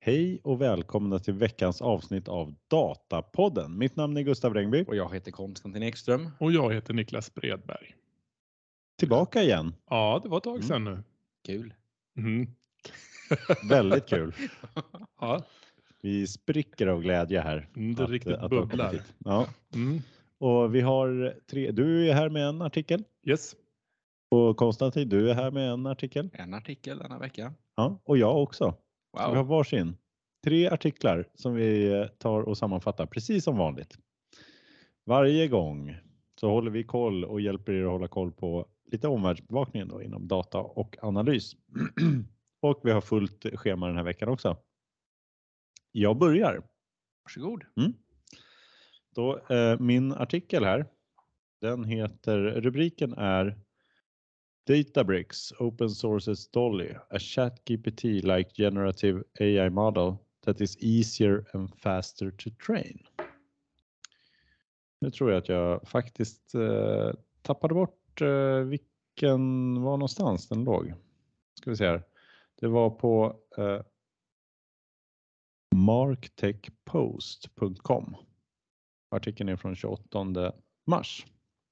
Hej och välkomna till veckans avsnitt av Datapodden. Mitt namn är Gustav Rengby. Och jag heter Konstantin Ekström. Och jag heter Niklas Bredberg. Tillbaka igen. Ja, det var ett tag sedan nu. Kul. Mm. Väldigt kul. Ja, Vi spricker av glädje här. det riktigt du har kommit bubblar. hit. Ja. Mm. Och vi har du är här med en artikel. Yes. Och Konstantin, du är här med en artikel. En artikel denna vecka. Ja, och jag också. Så vi har Wow. varsin. 3 artiklar som vi tar och sammanfattar precis som vanligt. Varje gång så håller vi koll och hjälper er att hålla koll på lite omvärldsbevakningen då inom data och analys. Och vi har fullt schema den här veckan också. Jag börjar. Varsågod. Då, min artikel här, rubriken är Databricks Open Sources Dolly, a ChatGPT-like generative AI model that is easier and faster to train. Nu tror jag att jag faktiskt tappade bort vilken var någonstans den låg. Ska vi se här. Det var på marktechpost.com. Artikeln är från 28 mars.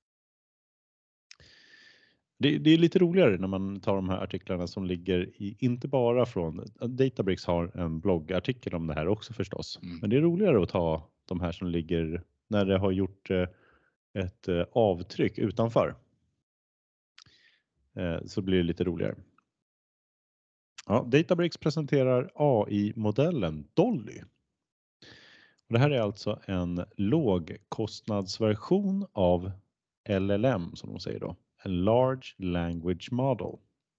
Det är lite roligare när man tar de här artiklarna som ligger inte bara från Databricks har en bloggartikel om det här också förstås. Men det är roligare att ta de här som ligger när det har gjort ett avtryck utanför. Så blir det lite roligare. Ja, Databricks presenterar AI-modellen Dolly. Och det här är alltså en lågkostnadsversion av LLM som de säger då. En Large Language Model.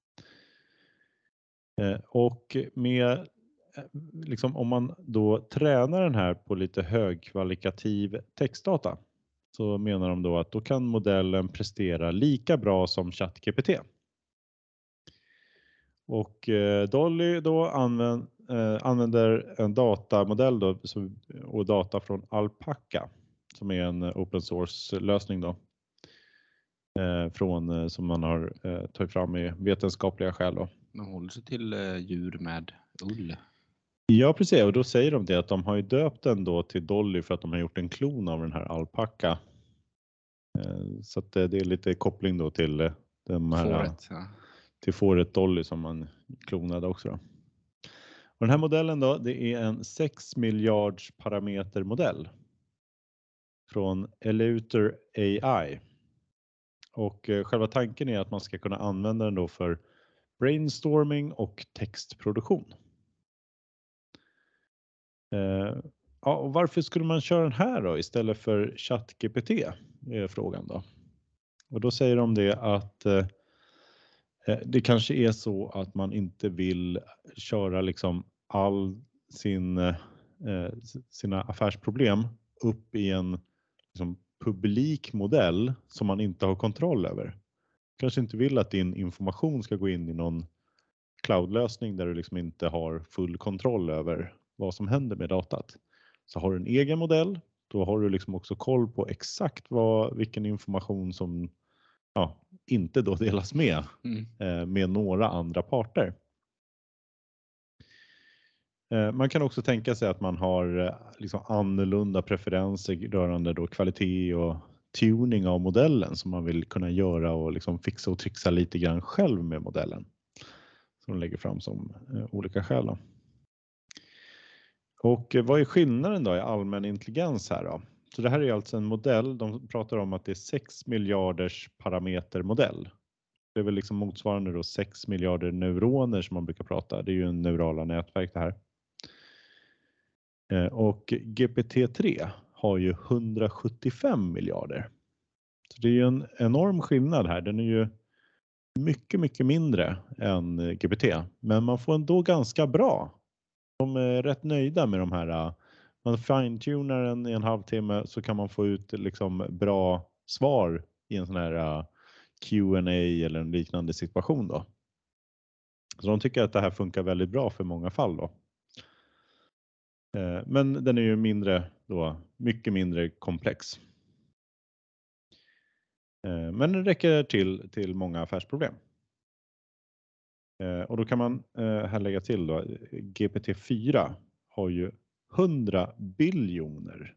Och med liksom om man då tränar den här på lite högkvalitativ textdata så menar de då att då kan modellen prestera lika bra som ChatGPT. Och Dolly då använder en datamodell då, och data från Alpaca som är en open source lösning då. Som man har tagit fram i vetenskapliga skäl då. De håller sig till djur med ull. Ja, precis. Och då säger de det att de har ju döpt den då till Dolly för att de har gjort en klon av den här Alpaca. Så att det är lite koppling då till de här Fåret, ja. Till fåret Dolly som man klonade också då. Och den här modellen då, det är en 6 miljarders parameter modell från Eleuter AI. Och själva tanken är att man ska kunna använda den då för brainstorming och textproduktion. Ja, och varför skulle man köra den här då istället för ChatGPT är frågan då. Och då säger de det att det kanske är så att man inte vill köra liksom sina affärsproblem upp i en liksom publik modell som man inte har kontroll över. Kanske inte vill att din information ska gå in i någon cloudlösning där du liksom inte har full kontroll över vad som händer med datat. Så har du en egen modell, då har du liksom också koll på exakt vilken information som inte då delas med några andra parter. Man kan också tänka sig att man har liksom annorlunda preferenser rörande då kvalitet och tuning av modellen som man vill kunna göra och liksom fixa och trixa lite grann själv med modellen. Som de lägger fram som olika skäl då. Och vad är skillnaden då i allmän intelligens här då? Så det här är alltså en modell, de pratar om att det är 6 miljarders parametermodell. Det är väl liksom motsvarande då 6 miljarder neuroner som man brukar prata. Det är ju en neurala nätverk det här. Och GPT-3 har ju 175 miljarder. Så det är ju en enorm skillnad här. Den är ju mycket, mycket mindre än GPT. Men man får ändå ganska bra. De är rätt nöjda med de här. Man fine-tunar den i en halvtimme så kan man få ut liksom bra svar i en sån här Q&A eller en liknande situation då. Så de tycker att det här funkar väldigt bra för många fall då. Men den är ju mycket mindre komplex. Men den räcker till många affärsproblem. Och då kan man här lägga till då, GPT-4 har ju 100 biljoner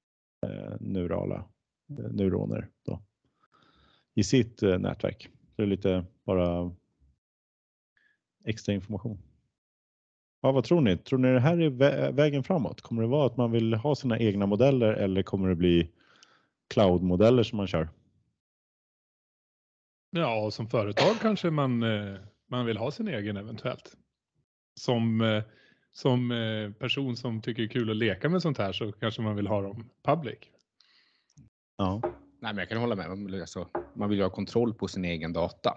neuroner då, i sitt nätverk. Det är lite bara extra information. Ja, vad tror ni? Tror ni det här är vägen framåt? Kommer det vara att man vill ha sina egna modeller eller kommer det bli cloud-modeller som man kör? Ja, som företag kanske man vill ha sin egen eventuellt. Som person som tycker det är kul att leka med sånt här så kanske man vill ha dem public. Ja. Nej, men jag kan hålla med. Man vill ju ha kontroll på sin egen data.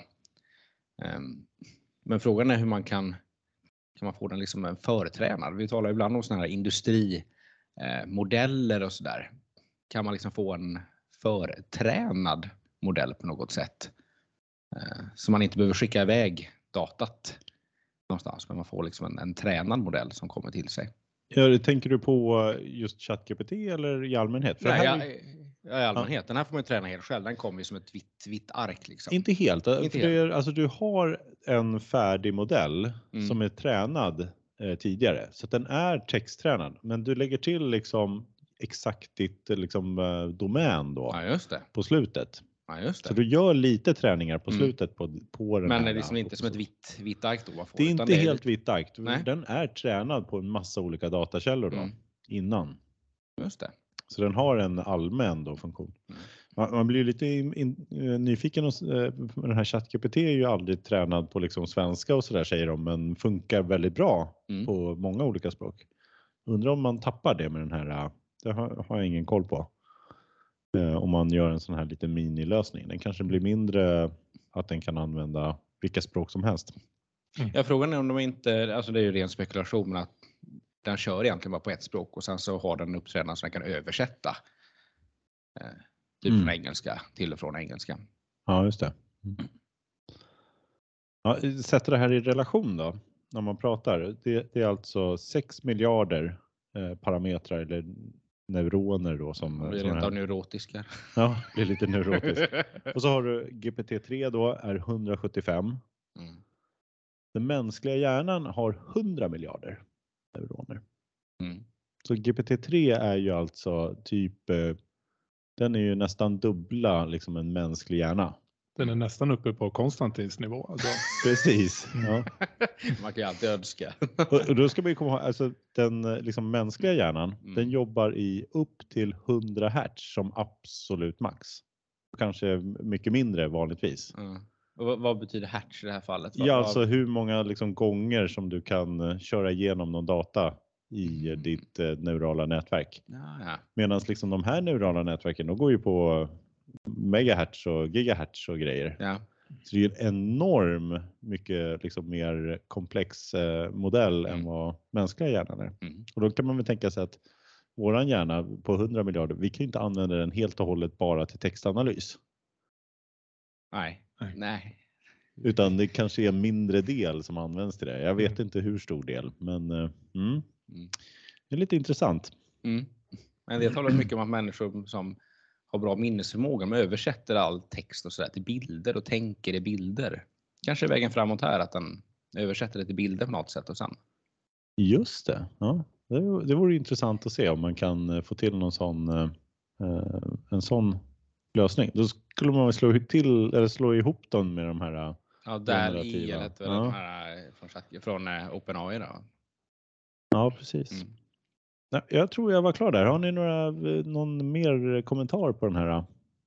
Men frågan är hur man kan man få den liksom en förtränad. Vi talar ibland om såna här industrimodeller och sådär. Kan man liksom få en förtränad modell på något sätt? Så man inte behöver skicka iväg datat någonstans, men man får liksom en tränad modell som kommer till sig. Ja, tänker du på just ChatGPT eller i allmänhet? För Nej, i allmänhet. Den här får man träna helt själv. Den kommer ju som ett vitt ark. Liksom. Inte helt. Inte för helt. Alltså, du har en färdig modell som är tränad tidigare. Så att den är texttränad. Men du lägger till liksom exakt ditt liksom, domän då, Ja, just det. på slutet. Ja, just det. Så du gör lite träningar på slutet på den men här. Men det är liksom inte som ett vitt ark då man får. Det är inte helt lite... vitt ark. Nej. Den är tränad på en massa olika datakällor då, innan. Just det. Så den har en allmän då funktion. Man blir lite nyfiken. Den här ChatGPT är ju aldrig tränad på liksom svenska och sådär säger de. Men funkar väldigt bra på många olika språk. Undrar om man tappar det med den här. Det har jag ingen koll på. Om man gör en sån här liten minilösning. Den kanske blir mindre att den kan använda vilka språk som helst. Ja, frågan är om de inte, alltså det är ju ren spekulation, men att den kör egentligen bara på ett språk och sen så har den uppträdande som den kan översätta. Typ från engelska till och från engelska. Ja, just det. Ja, sätter det här i relation då, när man pratar. Det är alltså 6 miljarder parametrar eller neuroner då som... Det är rent av neurotiska. Ja, det är lite neurotiskt. Och så har du GPT-3 då är 175. Den mänskliga hjärnan har 100 miljarder neuroner. Så GPT-3 är ju alltså typ... Den är ju nästan dubbla liksom en mänsklig hjärna. Den är nästan uppe på Konstantins nivå. Alltså. Precis. Ja. Man kan ju alltid önska. Och då ska vi komma ihåg, alltså den liksom mänskliga hjärnan, den jobbar i upp till 100 hertz som absolut max. Kanske mycket mindre vanligtvis. Och vad betyder hertz i det här fallet? Ja, alltså hur många liksom gånger som du kan köra igenom någon data i ditt neurala nätverk. Ja. Medan liksom de här neurala nätverken, de går ju på megahertz och gigahertz och grejer. Ja. Så det är en enorm mycket liksom mer komplex modell än vad mänskliga hjärnan är. Och då kan man väl tänka sig att våran hjärna på 100 miljarder, vi kan inte använda den helt och hållet bara till textanalys. Nej. Utan det kanske är en mindre del som används till det. Jag vet inte hur stor del, men det är lite intressant. Men det talar mycket om att människor som har bra minnesförmåga, men översätter all text och sådär till bilder och tänker i bilder. Kanske är vägen framåt här att den översätter det till bilder på något sätt och sen. Just det. Ja, det vore intressant att se om man kan få till någon en sån lösning. Då skulle man slå ihop dem med de här. Ja, där i eller den här från OpenAI då. Ja, precis. Jag tror jag var klar där. Har ni någon mer kommentar på den här?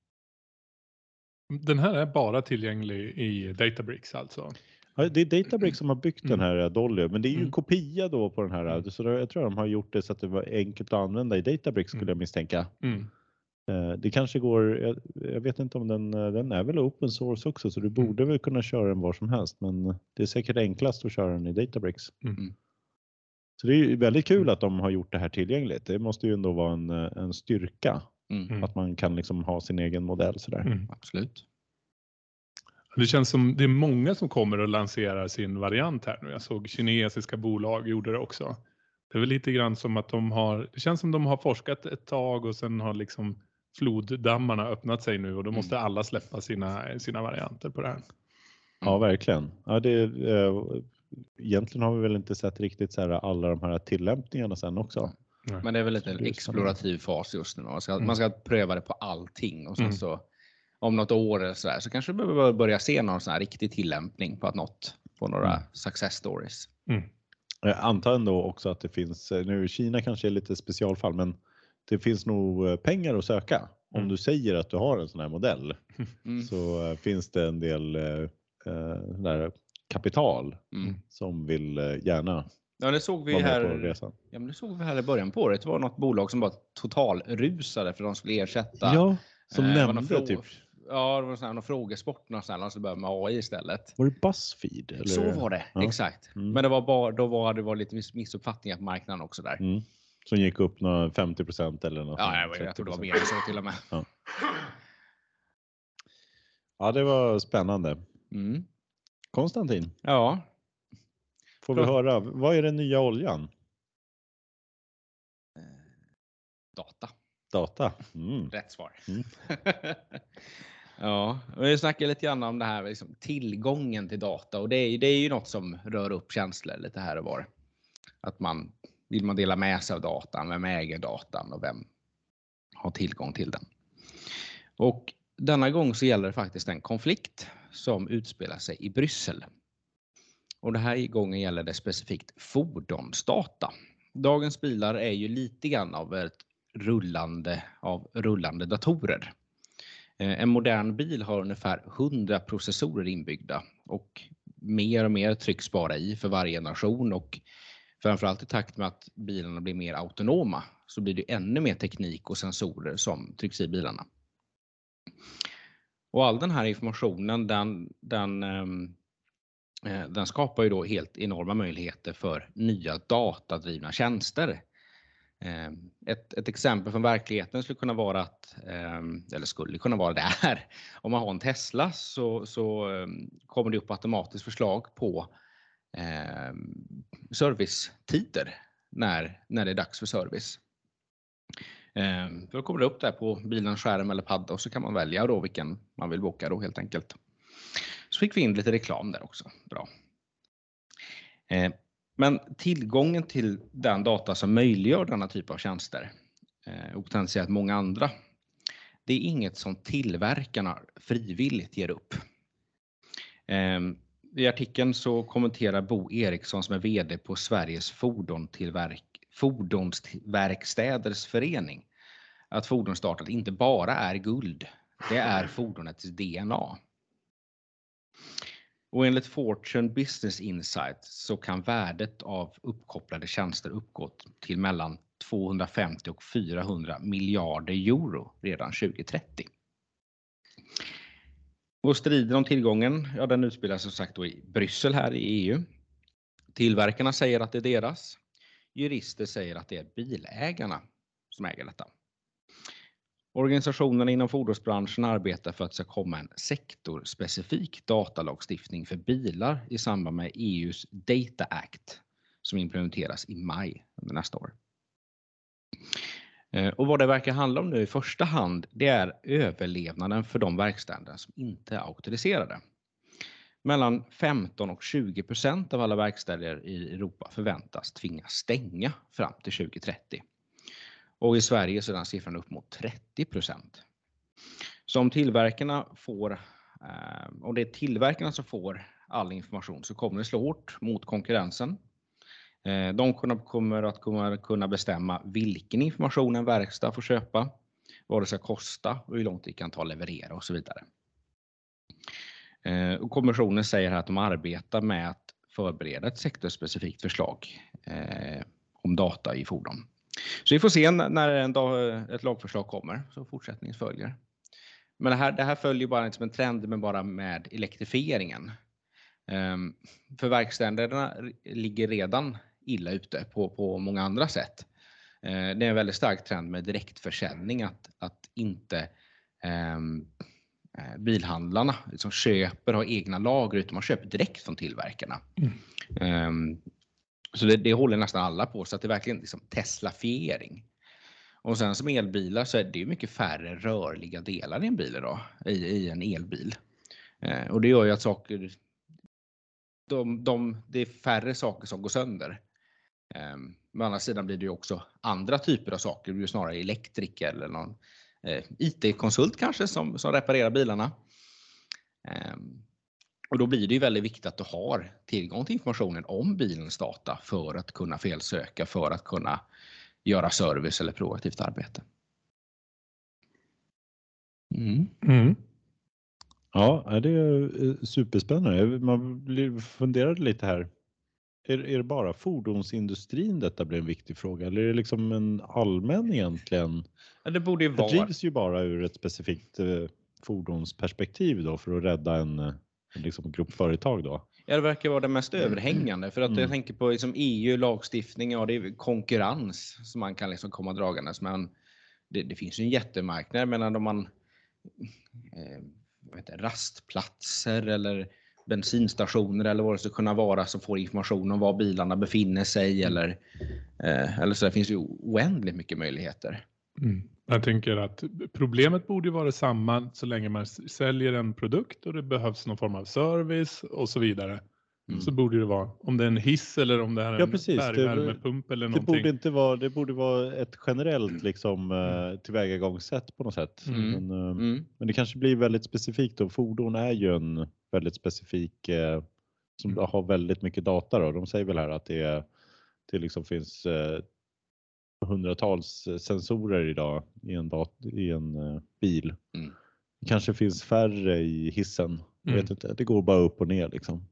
Den här är bara tillgänglig i Databricks alltså. Ja, det är Databricks som har byggt den här Dolly, men det är ju en kopia då på den här. Så jag tror de har gjort det så att det var enkelt att använda i Databricks skulle jag misstänka. Det kanske går, jag vet inte om den är väl open source också, så du borde väl kunna köra den var som helst, men det är säkert enklast att köra den i Databricks. Så det är ju väldigt kul att de har gjort det här tillgängligt. Det måste ju ändå vara en styrka att man kan liksom ha sin egen modell sådär. Absolut. Det känns som det är många som kommer att lansera sin variant här nu. Jag såg kinesiska bolag gjorde det också. Det är väl lite grann som att det känns som de har forskat ett tag och sen har liksom floddammarna öppnat sig nu och då måste alla släppa sina varianter på det här. Ja, verkligen. Ja, egentligen har vi väl inte sett riktigt så här alla de här tillämpningarna sen också. Men det är väl lite Så en det är explorativ fas just nu. Man ska pröva det på allting och sen så om något år eller så kanske vi behöver börja se någon sån här riktig tillämpning på några success stories. Jag antar ändå också att det finns, nu Kina kanske är lite specialfall, men det finns nog pengar att söka. Om du säger att du har en sån här modell så finns det en del där kapital som vill gärna Ja, det såg vi vara med här. på resan. Ja, men det såg vi här i början på året. Det var något bolag som bara totalrusade för de skulle ersätta. Ja, som det var nämnde typ. Ja, det var sån här, någon frågesport någonstans och så började med AI istället. Var det BuzzFeed? Eller? Så var det, Ja. exakt. Men det var lite missuppfattningar på marknaden också där. Som gick upp 50% eller något. Ja, jag tror det var mer än så till och med. Ja, det var spännande. Konstantin. Ja. Får vi höra, vad är den nya oljan? Data. Rätt svar. Ja, vi snackar lite grann om det här liksom, tillgången till data och det är ju något som rör upp känslor lite här och var. Att vill man dela med sig av datan, vem äger datan och vem har tillgång till den. Och denna gång så gäller det faktiskt en konflikt som utspelar sig i Bryssel. Och det här gången gäller det specifikt fordonsdata. Dagens bilar är ju lite grann av ett rullande datorer. En modern bil har ungefär 100 processorer inbyggda och mer trycks bara i för varje generation och framförallt i takt med att bilarna blir mer autonoma så blir det ännu mer teknik och sensorer som trycks i bilarna. Och all den här informationen den skapar ju då helt enorma möjligheter för nya datadrivna tjänster. Ett exempel från verkligheten skulle kunna vara det här. Om man har en Tesla så kommer det upp automatiskt förslag på servicetider när det är dags för service. Då kommer det upp där på bilens skärm eller padda och så kan man välja då vilken man vill boka då helt enkelt. Så fick vi in lite reklam där också. Bra. Men tillgången till den data som möjliggör denna typ av tjänster och potentiellt många andra, det är inget som tillverkarna frivilligt ger upp. I artikeln så kommenterar Bo Eriksson som är vd på Sveriges fordonsverkstäders förening att fordonsdata inte bara är guld, det är fordonets DNA. Och enligt Fortune Business Insight så kan värdet av uppkopplade tjänster uppgå till mellan 250 och 400 miljarder euro redan 2030. Och striden om tillgången, ja, den utspelas som sagt då i Bryssel här i EU. Tillverkarna säger att det är deras. Jurister säger att det är bilägarna som äger detta. Organisationerna inom fordonsbranschen arbetar för att det ska komma en sektorspecifik datalagstiftning för bilar i samband med EUs Data Act som implementeras i maj under nästa år. Och vad det verkar handla om nu i första hand, det är överlevnaden för de verkstäder som inte är auktoriserade. Mellan 15 och 20% av alla verkstäder i Europa förväntas tvingas stänga fram till 2030. Och i Sverige så är den siffran upp mot 30%. Så om tillverkarna och det är tillverkarna som får all information så kommer det slå hårt mot konkurrensen. De kommer att kunna bestämma vilken information en verkstad får köpa, vad det ska kosta och hur långt det kan ta att leverera och så vidare. Och kommissionen säger här att de arbetar med att förbereda ett sektorspecifikt förslag om data i fordon. Så vi får se när ett lagförslag kommer, så fortsättningen följer. Men det här följer bara inte som en trend, men bara med elektrifieringen. För verkstäderna ligger redan illa ute på många andra sätt. Det är en väldigt stark trend med direktförsäljning att inte bilhandlarna som köper har egna lager utan man köper direkt från tillverkarna. Så det håller nästan alla på, så att det är verkligen liksom Teslafiering. Och sen som elbilar så är det mycket färre rörliga delar i en bil idag, i en elbil. Och det gör ju att saker det är färre saker som går sönder. Men å andra sidan blir det ju också andra typer av saker. Det blir snarare elektriker eller någon IT-konsult kanske som reparerar bilarna. Och då blir det ju väldigt viktigt att du har tillgång till informationen om bilens data för att kunna felsöka, för att kunna göra service eller proaktivt arbete. Ja, det är superspännande. Man funderade lite här. Är det bara fordonsindustrin detta blir en viktig fråga? Eller är det liksom en allmän egentligen? Ja, det borde ju Det vara. drivs ju bara ur ett specifikt fordonsperspektiv då för att rädda en liksom grupp företag då. Ja, det verkar vara det mest överhängande. För att jag tänker på liksom EU-lagstiftning, ja det är konkurrens som man kan liksom komma dragandes. Men det finns ju en jättemarknad. Men om man rastplatser eller bensinstationer eller vad det ska kunna vara som får information om var bilarna befinner sig eller så. Det finns ju oändligt mycket möjligheter. Jag tänker att problemet borde vara samma så länge man säljer en produkt och det behövs någon form av service och så vidare. Så borde det vara, om det är en hiss eller om det är en bergvärmepump eller någonting. Det borde vara ett generellt liksom, tillvägagångssätt på något sätt. Men det kanske blir väldigt specifikt och fordon är ju en väldigt specifik som har väldigt mycket data då. De säger väl här att det liksom finns hundratals sensorer idag i en bil. Det kanske finns färre i hissen. Jag vet inte, det går bara upp och ner liksom.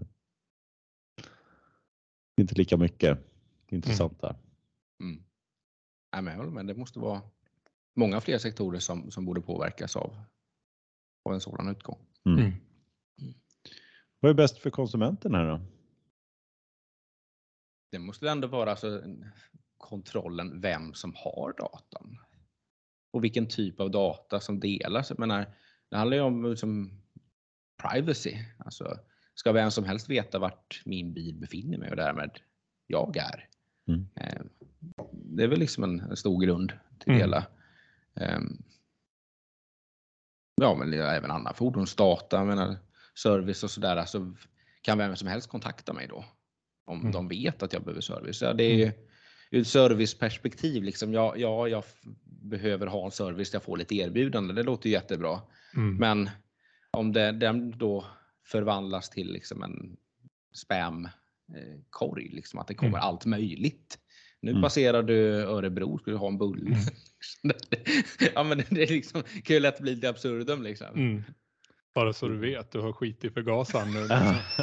Inte lika mycket intressant där. Ja, men det måste vara många fler sektorer som borde påverkas av en sådan utgång. Vad är bäst för konsumenten här då? Det måste ändå vara alltså kontrollen vem som har datan. Och vilken typ av data som delas. Jag menar, det handlar ju om liksom, privacy. Alltså, ska vem som helst veta vart min bil befinner mig och därmed jag är. Det är väl liksom en stor grund till det hela. Ja, men även andra fordonsdata, jag menar, service och sådär. Alltså, kan vem som helst kontakta mig då? Om de vet att jag behöver service. Ja, det är ju ur ett serviceperspektiv. Liksom, jag behöver ha en service, jag får lite erbjudande. Det låter ju jättebra. Men om den då förvandlas till liksom en spamkorg, liksom, att det kommer allt möjligt. Nu passerar du Örebro, ska du ha en bulle. Ja, men det är liksom kul att det blir lite absurdum liksom. Bara så du vet, du har skit i förgasaren nu.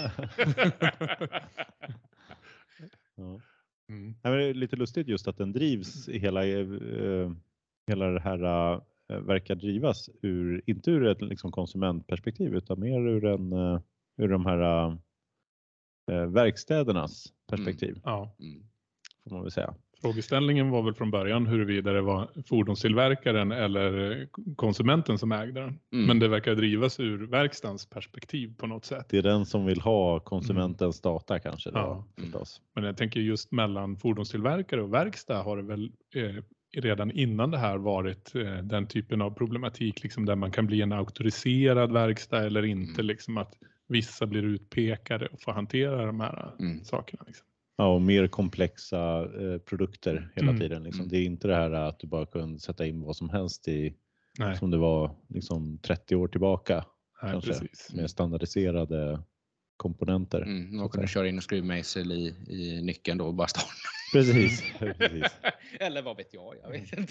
Det är lite lustigt just att den drivs hela det här verkar drivas inte ur ett liksom konsumentperspektiv utan mer ur de här verkstädernas perspektiv. Får man väl säga. Frågeställningen var väl från början huruvida det var fordonstillverkaren eller konsumenten som ägde den. Men det verkar drivas ur verkstadens perspektiv på något sätt. Det är den som vill ha konsumentens data kanske. Då, förstås. Men jag tänker just mellan fordonstillverkare och verkstad har det väl redan innan det här varit den typen av problematik liksom, där man kan bli en auktoriserad verkstad eller inte. Liksom, att vissa blir utpekade och får hantera de här sakerna. Liksom. Ja, och mer komplexa produkter hela tiden. Liksom. Det är inte det här att du bara kan sätta in vad som helst i som det var liksom 30 år tillbaka. Nej, kanske, precis. med standardiserade komponenter. Och kunna köra in och skruvmejsel i nyckeln då och bara starta. Precis. Eller vad vet jag vet inte.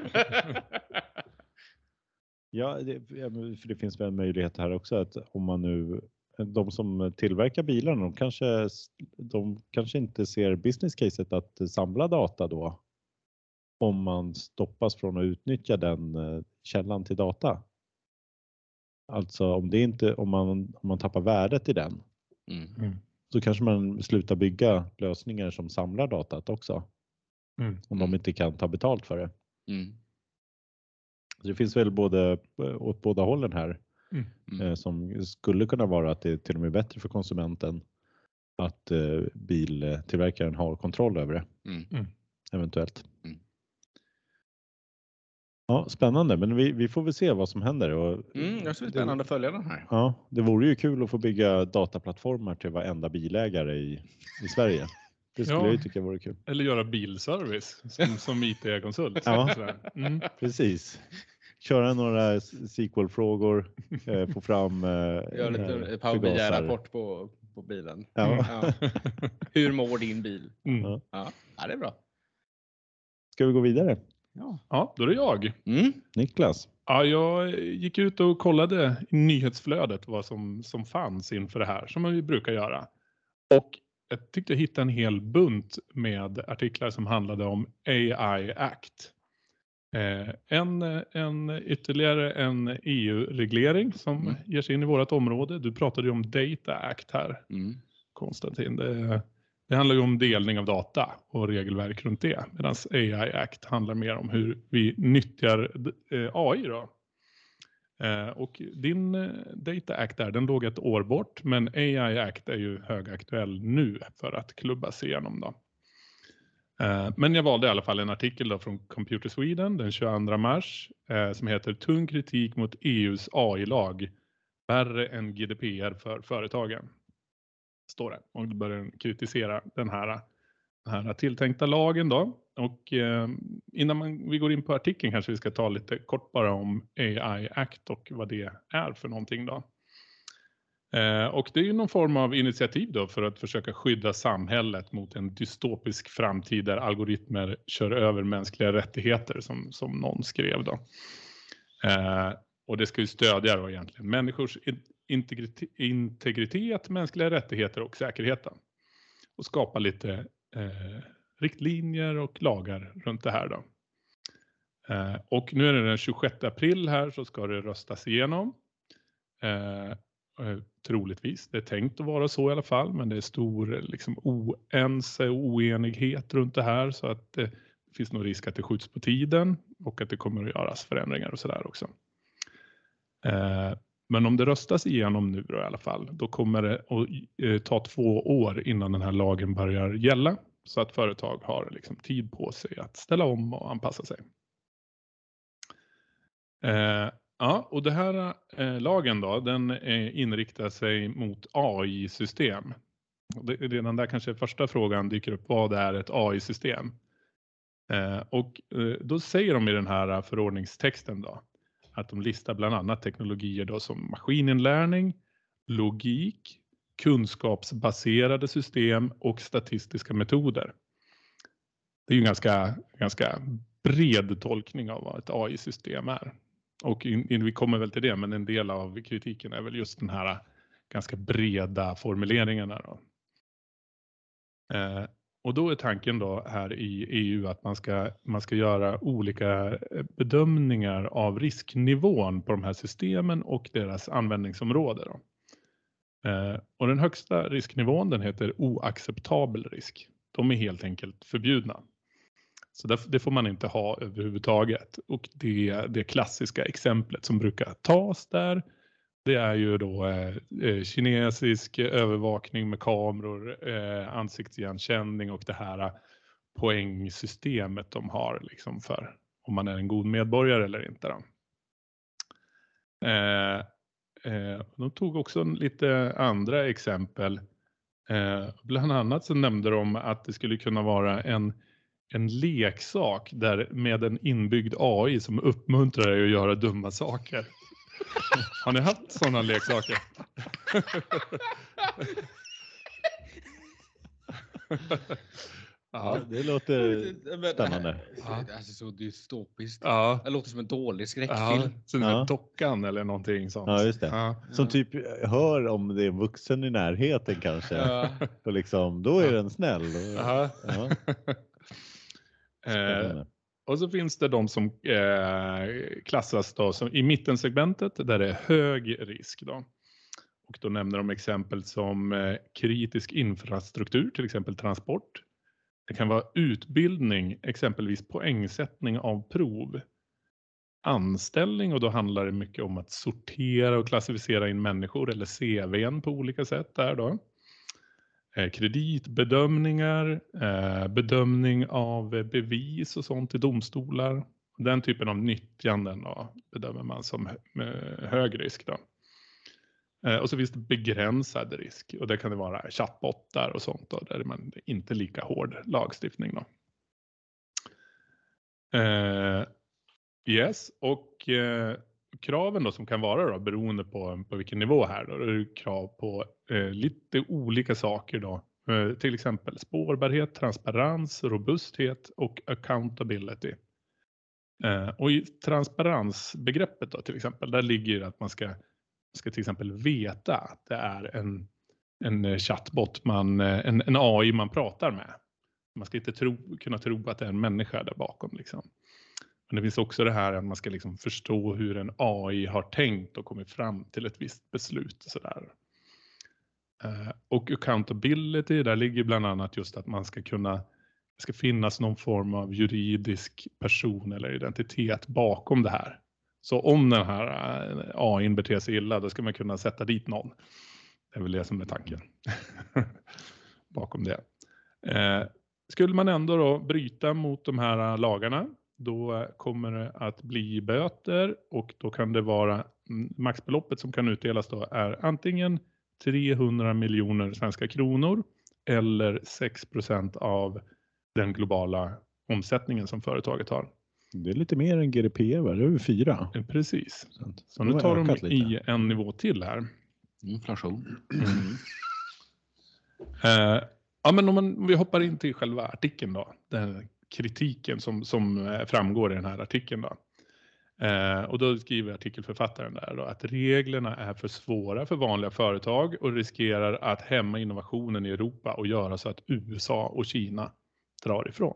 Ja, för det finns väl en möjlighet här också att om man nu de som tillverkar bilarna, de kanske inte ser business caset att samla data då om man stoppas från att utnyttja den källan till data. Alltså om man tappar värdet i den så kanske man slutar bygga lösningar som samlar datat också. Om de inte kan ta betalt för det. Så det finns väl åt båda hållen här. Som skulle kunna vara att det till och med är bättre för konsumenten att biltillverkaren har kontroll över det. Eventuellt. Ja, spännande, men vi får väl se vad som händer. Och, Det ska bli spännande att följa den här. ja, det vore ju kul att få bygga dataplattformar till varenda bilägare i Sverige. Det skulle jag ju tycka vore kul. Eller göra bilservice som IT-konsult. Ja. Mm. Precis. Köra några SQL-frågor, få fram Gör lite Power BI-rapport på bilen. Ja. Ja. Hur mår din bil? Mm. Ja, det är bra. Ska vi gå vidare? Ja, då är det jag. Niklas. Ja, jag gick ut och kollade i nyhetsflödet vad som fanns inför det här, som vi brukar göra. Och jag tyckte jag hittade en hel bunt med artiklar som handlade om AI Act. Ytterligare en EU-reglering som ger sig in i vårt område. Du pratade ju om Data Act här, Konstantin. Det handlar ju om delning av data och regelverk runt det. Medan AI Act handlar mer om hur vi nyttjar AI då. Och din Data Act där, den låg ett år bort. Men AI Act är ju högaktuell nu för att klubbas igenom då. Men jag valde i alla fall en artikel då från Computer Sweden den 22 mars. Som heter Tung kritik mot EUs AI-lag. Värre än GDPR för företagen. Står det. Och då börjar den kritisera den här tilltänkta lagen då. Och innan vi går in på artikeln kanske vi ska ta lite kort bara om AI Act och vad det är för någonting då. Och det är ju någon form av initiativ då för att försöka skydda samhället mot en dystopisk framtid där algoritmer kör över mänskliga rättigheter som någon skrev då. Och det ska ju stödja då egentligen människors integritet, mänskliga rättigheter och säkerheten. Och skapa lite riktlinjer och lagar runt det här då. Och nu är det den 26 april här så ska det röstas igenom. Troligtvis, det är tänkt att vara så i alla fall, men det är stor liksom oenighet runt det här så att det finns nog risk att det skjuts på tiden och att det kommer att göras förändringar och sådär också. Men om det röstas igenom nu då i alla fall, då kommer det att ta 2 år innan den här lagen börjar gälla så att företag har liksom tid på sig att ställa om och anpassa sig. Ja, och det här lagen då, den inriktar sig mot AI-system. Redan där kanske första frågan dyker upp, vad är ett AI-system? Och då säger de i den här förordningstexten då, att de listar bland annat teknologier då som maskininlärning, logik, kunskapsbaserade system och statistiska metoder. Det är ju en ganska bred tolkning av vad ett AI-system är. Och vi kommer väl till det, men en del av kritiken är väl just den här ganska breda formuleringarna då. Och då är tanken då här i EU att man ska göra olika bedömningar av risknivån på de här systemen och deras användningsområde då. Och den högsta risknivån den heter oacceptabel risk. De är helt enkelt förbjudna. Så det får man inte ha överhuvudtaget. Och det klassiska exemplet som brukar tas där, det är ju då kinesisk övervakning med kameror, ansiktsigenkänning och det här poängsystemet de har liksom för om man är en god medborgare eller inte då. De tog också lite andra exempel. Bland annat så nämnde de att det skulle kunna vara en leksak där med en inbyggd AI som uppmuntrar dig att göra dumma saker. Har ni haft sådana leksaker? Ja, det låter spännande. Det är så dystopiskt. Ja. Det låter som en dålig skräckfilm. Ja, som en dockan eller någonting sånt. Ja, just det. Ja. Som typ hör om det är vuxen i närheten kanske. Ja. Och liksom, då är den snäll. Ja. Ja. Och så finns det de som klassas då som i mittensegmentet där det är hög risk då. Och då nämner de exempel som kritisk infrastruktur, till exempel transport. Det kan vara utbildning, exempelvis poängsättning av prov. Anställning, och då handlar det mycket om att sortera och klassificera in människor eller CV:n på olika sätt där då. Kreditbedömningar, bedömning av bevis och sånt i domstolar. Den typen av nyttjanden då, bedömer man som hög risk då. Och så finns det begränsad risk, och det kan det vara chattbottar och sånt då, där man inte lika hård lagstiftning då. Yes, och kraven då som kan vara då, beroende på vilken nivå här då, är det krav på lite olika saker då. Till exempel spårbarhet, transparens, robusthet och accountability. Och i transparensbegreppet då till exempel, där ligger det att man ska till exempel veta att det är en chatbot, en AI man pratar med. Man ska inte kunna tro att det är en människa där bakom liksom. Men det finns också det här att man ska liksom förstå hur en AI har tänkt och kommit fram till ett visst beslut. Sådär. Och accountability, där ligger bland annat just att man ska finnas någon form av juridisk person eller identitet bakom det här. Så om den här AI beter sig illa, då ska man kunna sätta dit någon. Det är väl det som är tanken bakom det. Skulle man ändå då bryta mot de här lagarna, då kommer det att bli böter, och då kan det vara maxbeloppet som kan utdelas då är antingen 300 miljoner svenska kronor eller 6% av den globala omsättningen som företaget har. Det är lite mer än GDPR, va? Det är över 4. Precis. Så nu tar de i en nivå till här. Inflation. Ja, men om vi hoppar in till själva artikeln då. Den kritiken som framgår i den här artikeln då. Och då skriver artikelförfattaren där då att reglerna är för svåra för vanliga företag och riskerar att hämma innovationen i Europa och göra så att USA och Kina drar ifrån.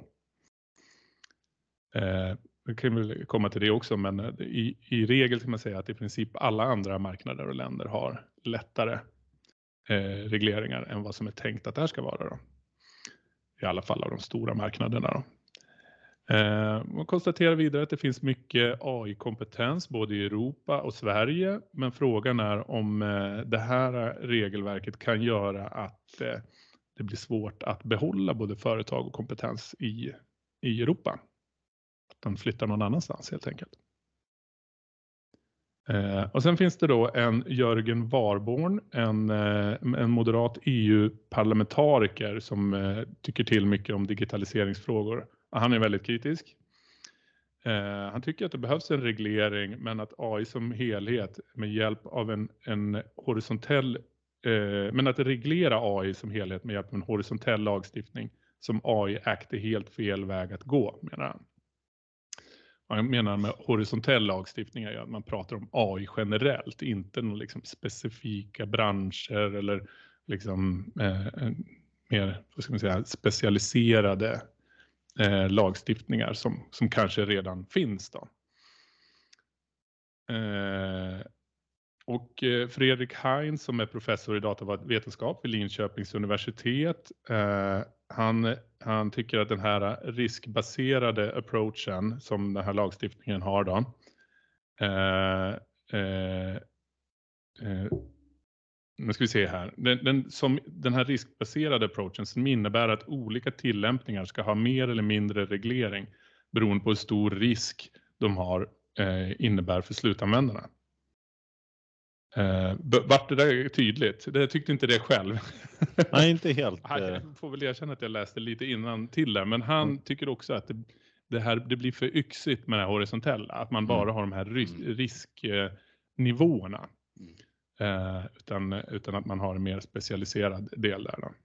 Vi kan väl komma till det också, men i regel kan man säga att i princip alla andra marknader och länder har lättare regleringar än vad som är tänkt att det här ska vara då. I alla fall av de stora marknaderna då. Man konstaterar vidare att det finns mycket AI-kompetens både i Europa och Sverige, men frågan är om det här regelverket kan göra att det blir svårt att behålla både företag och kompetens i Europa. Att de flyttar någon annanstans helt enkelt. Och sen finns det då en Jörgen Warborn, en moderat EU-parlamentariker som tycker till mycket om digitaliseringsfrågor. Han är väldigt kritisk. Han tycker att det behövs en reglering, men att AI som helhet med hjälp av en horisontell men att reglera AI som helhet med hjälp av en horisontell lagstiftning som AI Act är helt fel väg att gå, menar han. Vad jag menar med horisontell lagstiftning är att man pratar om AI generellt, inte någon liksom specifika branscher eller liksom mer, vad ska man säga, specialiserade lagstiftningar som kanske redan finns då. Och Fredrik Heinz som är professor i datavetenskap vid Linköpings universitet, han tycker att den här riskbaserade approachen som den här lagstiftningen har då, nu ska vi se här. Den här riskbaserade approachen som innebär att olika tillämpningar ska ha mer eller mindre reglering beroende på hur stor risk de har innebär för slutanvändarna. Vart det där tydligt? Det tyckte inte det själv. Nej, inte helt. Jag får väl erkänna att jag läste lite innan till där, men han tycker också att det blir för yxigt med det här horisontella, att man bara har de här risknivåerna. Utan att man har en mer specialiserad del där då.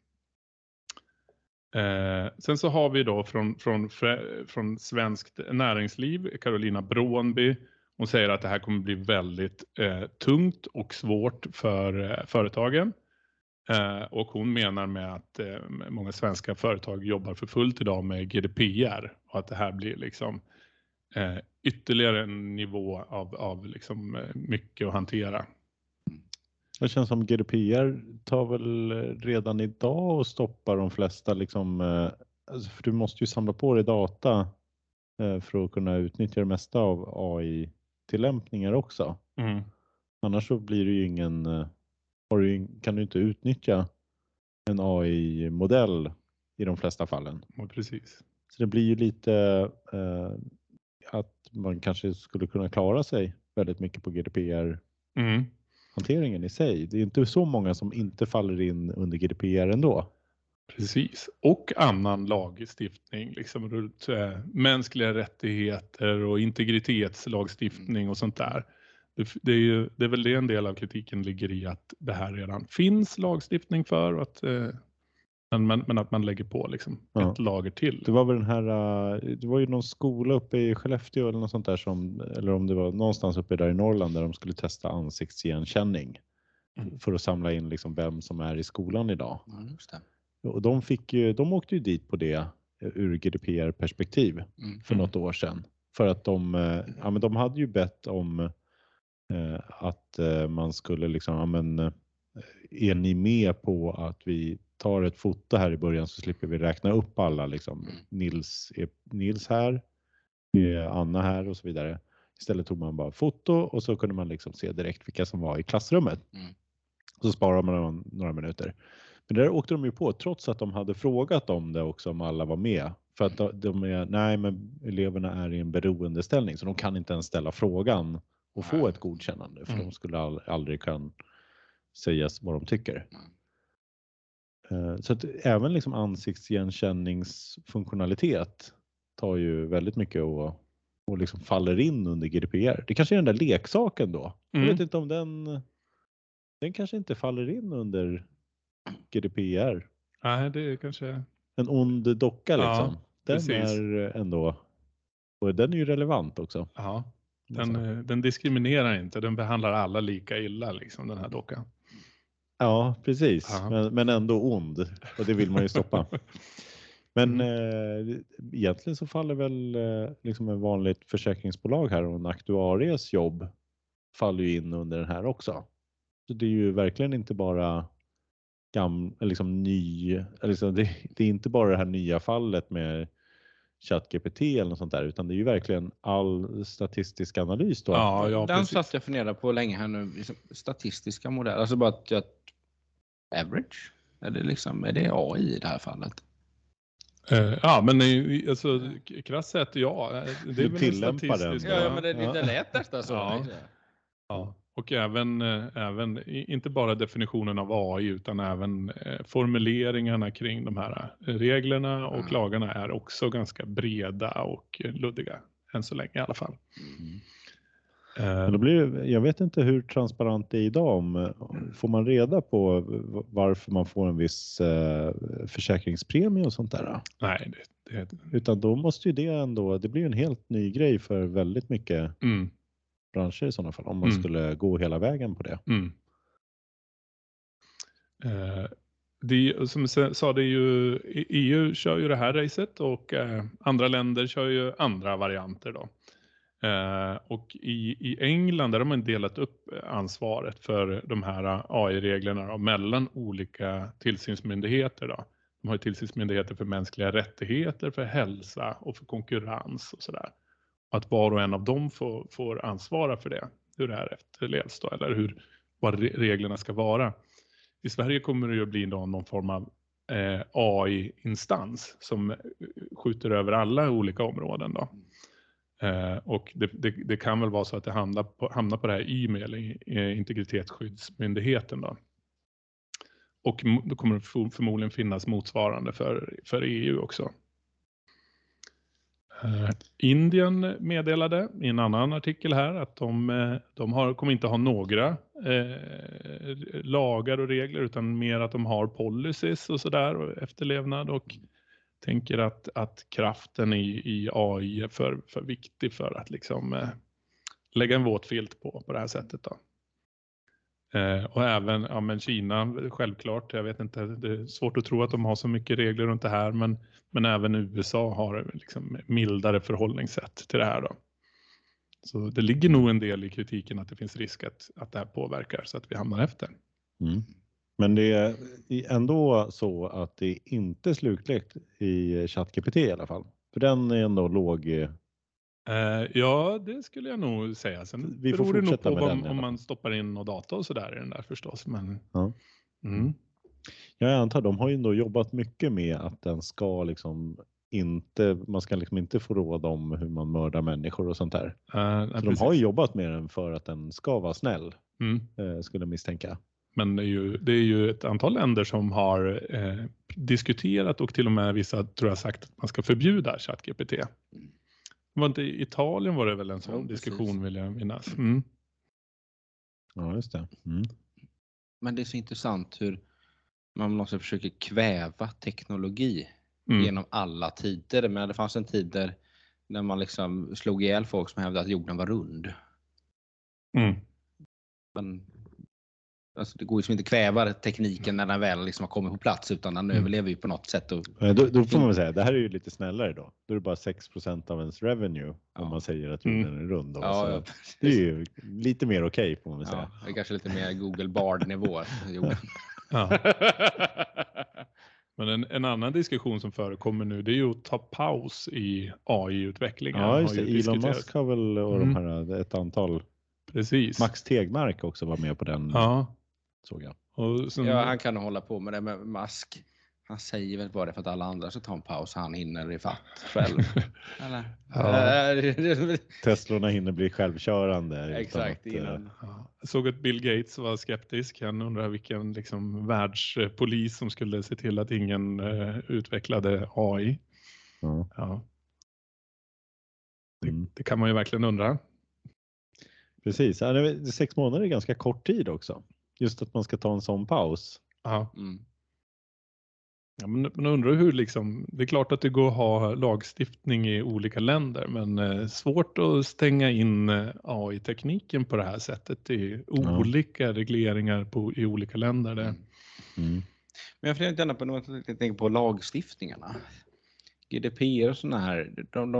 Sen så har vi då från svenskt näringsliv Carolina Brånby. Hon säger att det här kommer bli väldigt tungt och svårt för företagen. Och hon menar med att många svenska företag jobbar för fullt idag med GDPR. Och att det här blir liksom ytterligare en nivå av liksom mycket att hantera. Det känns som GDPR tar väl redan idag och stoppar de flesta liksom, alltså för du måste ju samla på dig data för att kunna utnyttja det mesta av AI-tillämpningar också. Annars så blir det ju kan du inte utnyttja en AI-modell i de flesta fallen. Ja, precis. Så det blir ju lite att man kanske skulle kunna klara sig väldigt mycket på GDPR-hanteringen i sig. Det är inte så många som inte faller in under GDPR ändå. Precis. Och annan lagstiftning liksom runt mänskliga rättigheter och integritetslagstiftning och sånt där. Det är väl det en del av kritiken ligger i, att det här redan finns lagstiftning för, och att men att man lägger på liksom ett lager till. Det var väl det var ju någon skola uppe i Skellefteå eller något sånt där eller om det var någonstans uppe där i Norrland där de skulle testa ansiktsigenkänning för att samla in liksom vem som är i skolan idag. Ja, just det. Och de åkte ju dit på det ur GDPR-perspektiv för något år sedan. För att de hade ju bett om att man skulle liksom, är ni med på att vi tar ett foto här i början så slipper vi räkna upp alla liksom. Nils här, Anna här och så vidare. Istället tog man bara foto och så kunde man liksom se direkt vilka som var i klassrummet. Så sparar man några minuter. Men där åkte de ju på, trots att de hade frågat om det också, om alla var med. För att men eleverna är i en beroendeställning, så de kan inte ens ställa frågan och få ett godkännande. För de skulle aldrig kan säga vad de tycker. Så att även liksom ansiktsigenkänningsfunktionalitet tar ju väldigt mycket och liksom faller in under GDPR. Det kanske är den där leksaken då. Jag vet inte om den kanske inte faller in under GDPR. Nej, det är kanske en ond docka liksom. Ja, Den precis. är ändå, och den är ju relevant också. Ja, den diskriminerar inte, den behandlar alla lika illa liksom, den här dockan. Ja, precis. Men ändå ond. Och det vill man ju stoppa. Men egentligen så faller väl liksom en vanligt försäkringsbolag här och en aktuaries jobb faller ju in under den här också. Så det är ju verkligen inte bara det är inte bara det här nya fallet med ChatGPT eller något sånt där, utan det är ju verkligen all statistisk analys då. Ja, den satt jag funderade på länge här nu. Liksom, statistiska modeller, alltså bara att average? Är det AI i det här fallet? Ja, men alltså krasst sett, ja. Det är väl tillämpar den. Ja, men det lät nästan så. Ja. Och även inte bara definitionen av AI, utan även formuleringarna kring de här reglerna och lagarna är också ganska breda och luddiga än så länge i alla fall. Men då jag vet inte hur transparent det är idag. Får man reda på varför man får en viss försäkringspremie och sånt där? Nej, utan då måste ju det blir en helt ny grej för väldigt mycket branscher i sådana fall, om man skulle gå hela vägen på det. Som jag sa, det är ju EU kör ju det här racet och andra länder kör ju andra varianter då. Och i England där har man delat upp ansvaret för de här AI-reglerna mellan olika tillsynsmyndigheter då. De har ju tillsynsmyndigheter för mänskliga rättigheter, för hälsa och för konkurrens och sådär. Att var och en av dem får ansvara för det, hur det här efterlevs då, eller vad reglerna ska vara. I Sverige kommer det ju att bli någon form av AI-instans som skjuter över alla olika områden då. Och det kan väl vara så att det hamnar på det här e-mail, integritetsskyddsmyndigheten då. Och då kommer det förmodligen finnas motsvarande för EU också. Indien meddelade i en annan artikel här att de kommer inte ha några lagar och regler, utan mer att de har policies och sådär och efterlevnad, och tänker att kraften i AI är för viktig för att liksom lägga en våt filt på det här sättet då. Och även men Kina, självklart, jag vet inte, det är svårt att tro att de har så mycket regler runt det här, men även USA har liksom mildare förhållningssätt till det här då. Så det ligger nog en del i kritiken att det finns risk att det här påverkar så att vi hamnar efter. Men det är ändå så att det inte är slutligt i ChatGPT i alla fall. För den är ändå låg. Ja, det skulle jag nog säga. Sen vi får beror det nog på om man stoppar in och data och sådär i den där förstås. Men... Ja. Jag antar de har ju ändå jobbat mycket med att den ska liksom man ska liksom inte få råd om hur man mördar människor och sånt där. Så precis. de har ju jobbat med den för att den ska vara snäll, Mm. skulle jag misstänka. Men det är ju ett antal länder som har diskuterat och till och med vissa tror jag sagt att man ska förbjuda ChatGPT. Var inte i Italien var det väl en sån diskussion vill jag minnas. Mm. Ja, just det. Men det är så intressant hur man måste försöka kväva teknologi genom alla tider. Men det fanns en tid där när man liksom slog ihjäl folk som hävdade att jorden var rund. Men alltså, det går ju som inte kväva tekniken när den väl liksom har kommit på plats, utan den överlever ju på något sätt. Och då får man säga, det här är ju lite snällare då. Då är det bara 6% av ens revenue om man säger att jorden är rund. Då, så det är ju lite mer okej, får man säga. Det är kanske lite mer Google Bard-nivå. Men en annan diskussion som förekommer nu, det är ju att ta paus i AI-utvecklingen. Ja, just det. Elon Musk har väl och de här, ett antal. Precis. Max Tegmark också var med på den. Såg jag. Och sen, han kan nog hålla på med det med Musk. Han säger väl bara det för att alla andra ska ta en paus. Han hinner i fatt själv. Eller? Teslorna hinner bli självkörande. Exakt. Jag såg att Bill Gates var skeptisk. Han undrar vilken liksom, världspolis som skulle se till att ingen utvecklade AI. Det kan man ju verkligen undra. Precis. 6 månader är ganska kort tid också. Just att man ska ta en sån paus. Ja, men undrar hur liksom, det är klart att det går att ha lagstiftning i olika länder, men svårt att stänga in AI-tekniken på det här sättet. Det är olika regleringar i olika länder. Men jag funderar inte gärna på något, jag tänker på lagstiftningarna. GDPR och sådana här,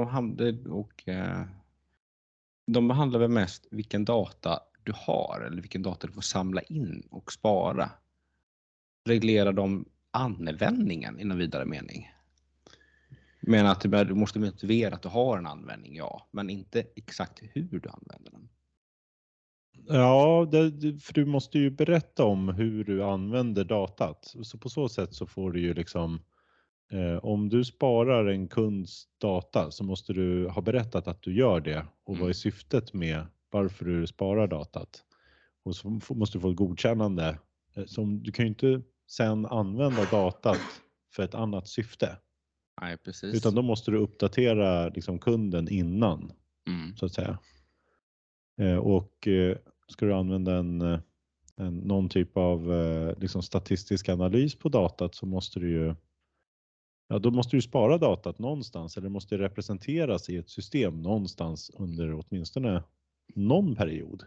de behandlar väl mest vilken data du har eller vilken data du får samla in och spara. Reglerar de användningen i någon vidare mening? Men att du måste motivera att du har en användning, men inte exakt hur du använder den. Ja, för du måste ju berätta om hur du använder datat. Så på så sätt så får du ju liksom, om du sparar en kunds data så måste du ha berättat att du gör det och vad är syftet med varför du sparar datat. Och så måste du få ett godkännande. Du kan ju inte sen använda datat för ett annat syfte. Nej, precis. Utan då måste du uppdatera liksom kunden innan, så att säga. Och ska du använda någon typ av liksom statistisk analys på datat så måste du ju då måste du spara datat någonstans eller måste representeras i ett system någonstans under åtminstone någon period.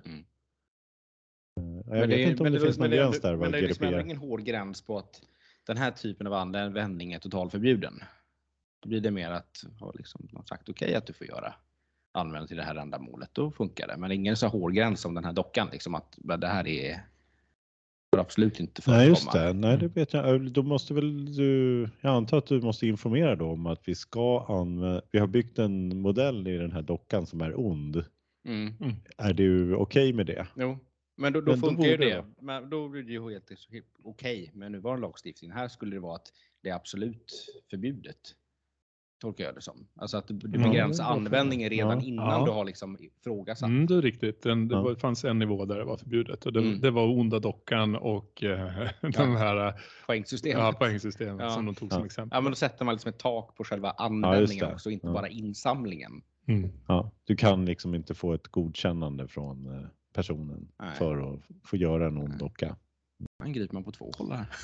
Jag vet inte om det finns någon gräns där. Men det är liksom ingen hård gräns på att den här typen av användning är totalförbjuden. Då blir det mer att ha liksom sagt okej att du får använda till det här ändamålet. Då funkar det. Men ingen så hård gräns som den här dockan. Liksom att det här är absolut inte förekomma. Nej, just det. Nej, det vet jag. Då måste väl jag antar att du måste informera då om att vi har byggt en modell i den här dockan som är ond. Är du okej med det? Jo. Men då funkar ju det. Men då blir det ju helt okej med nuvarande lagstiftning. Här skulle det vara att det är absolut förbjudet. Tolkar jag det som. Alltså att du begränsar användningen redan innan du har liksom ifrågasatt. Det är riktigt. Det fanns en nivå där det var förbjudet. Och det var onda dockan och den här poängsystemet som de tog som exempel. Ja, men då sätter man liksom ett tak på själva användningen också, inte bara insamlingen. Ja, du kan liksom inte få ett godkännande från personen för att få göra en ond docka. Man griper man på 2 håll här.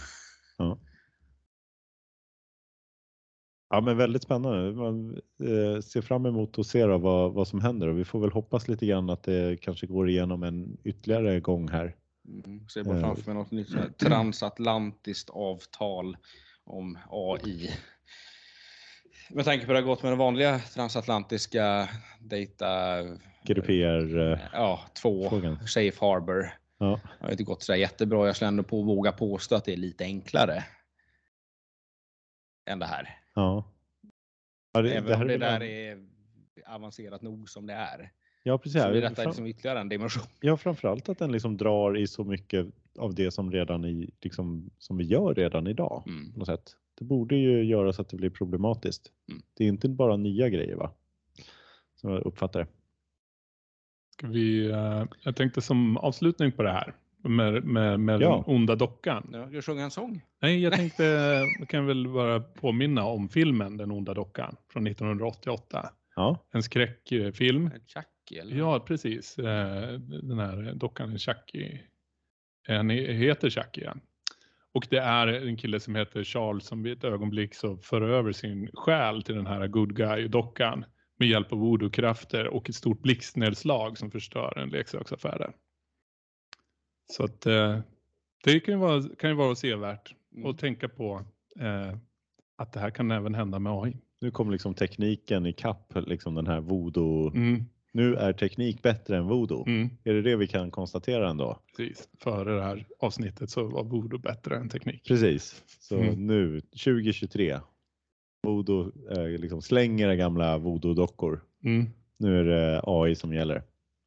Ja, men väldigt spännande. Man ser fram emot att se vad som händer och vi får väl hoppas lite grann att det kanske går igenom en ytterligare gång här. Ser bara framför mig något nytt transatlantiskt avtal om AI. Med tanke på det har gått med den vanliga transatlantiska data GDPR 2 Safe Harbor. Det har inte gått så jättebra. Jag skulle ändå våga påstå att det är lite enklare än det här. Även om det där är avancerat nog som det är. Ja, precis. Så blir detta liksom ytterligare en dimension. Ja, framförallt att den liksom drar i så mycket av det som redan som vi gör redan idag. På något sätt. Det borde ju göra så att det blir problematiskt. Mm. Det är inte bara nya grejer, va? Som jag uppfattar det. Ska vi, jag tänkte som avslutning på det här med Ja. den onda dockan. Ja, du sjunger en sång. Nej, jag tänkte, jag kan väl bara påminna om filmen Den onda dockan från 1988. Ja, En skräckfilm. Chucky eller? Ja, precis. Den här dockan är Chucky. Han heter Chucky, ja. Och det är en kille som heter Charles som vid ett ögonblick så för över sin själ till den här good guy-dockan med hjälp av voodoo-krafter och ett stort blixtnedslag som förstör en leksaksaffär där. Så att det kan ju vara sevärt att tänka på att det här kan även hända med AI. nu kommer liksom tekniken i kapp, liksom den här voodoo. Mm, Nu är teknik bättre än voodoo. Är det vi kan konstatera ändå? precis. Före det här avsnittet så var voodoo bättre än teknik. Precis. Så nu, 2023. Voodoo liksom slänger gamla voodoo-dockor. Mm. Nu är det AI som gäller.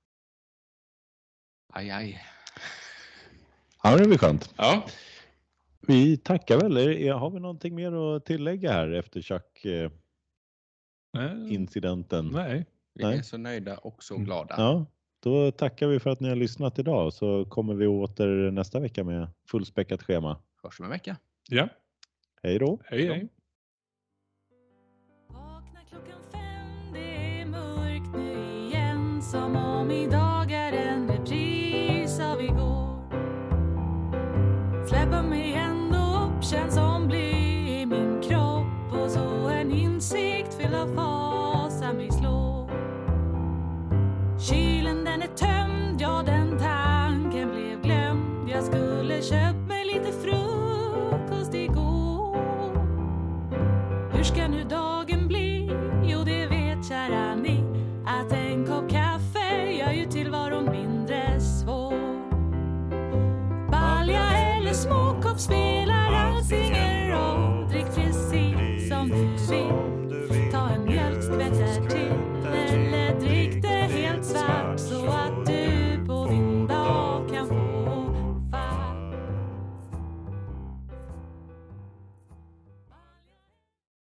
Aj, aj. Ja, det blir skönt. Ja. Vi tackar väl. Har vi någonting mer att tillägga här efter Chuck-incidenten? Nej. Vi är så nöjda och så glada. Ja, då tackar vi för att ni har lyssnat idag. Så kommer vi åter nästa vecka med fullspäckat schema. Hörs om en vecka. Ja. Hej då. Hej, hej.